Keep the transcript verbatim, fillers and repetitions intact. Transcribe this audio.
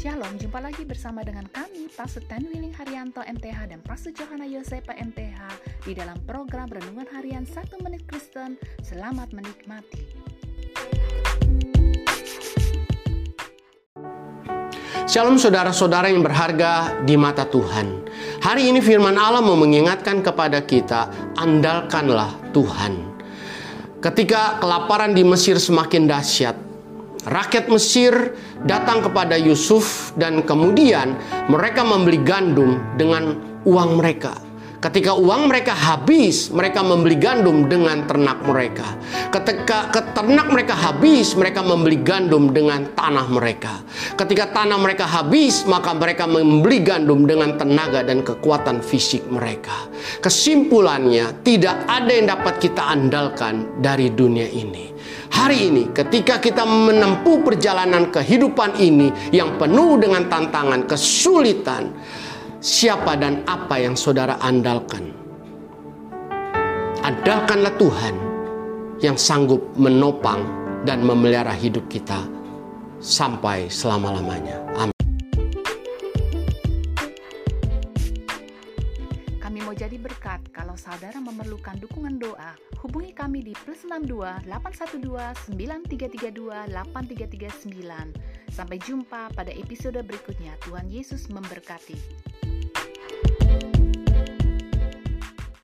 Shalom, jumpa lagi bersama dengan kami, Pastor Ten Willing Haryanto M T H dan Pastor Johanna Yosepa M T H di dalam program Renungan Harian satu Menit Kristen. Selamat menikmati. Shalom saudara-saudara yang berharga di mata Tuhan. Hari ini firman Allah mau mengingatkan kepada kita, andalkanlah Tuhan. Ketika kelaparan di Mesir semakin dahsyat, rakyat Mesir datang kepada Yusuf dan kemudian mereka membeli gandum dengan uang mereka. Ketika uang mereka habis, mereka membeli gandum dengan ternak mereka. Ketika ternak mereka habis, mereka membeli gandum dengan tanah mereka. Ketika tanah mereka habis, maka mereka membeli gandum dengan tenaga dan kekuatan fisik mereka. Kesimpulannya, tidak ada yang dapat kita andalkan dari dunia ini. Hari ini, ketika kita menempuh perjalanan kehidupan ini yang penuh dengan tantangan, kesulitan, siapa dan apa yang saudara andalkan? Andalkanlah Tuhan yang sanggup menopang dan memelihara hidup kita sampai selama-lamanya. Amin. Kami mau jadi berkat. Kalau saudara memerlukan dukungan doa, hubungi kami di plus enam dua delapan satu dua sembilan tiga tiga dua delapan tiga tiga sembilan. Sampai jumpa pada episode berikutnya. Tuhan Yesus memberkati.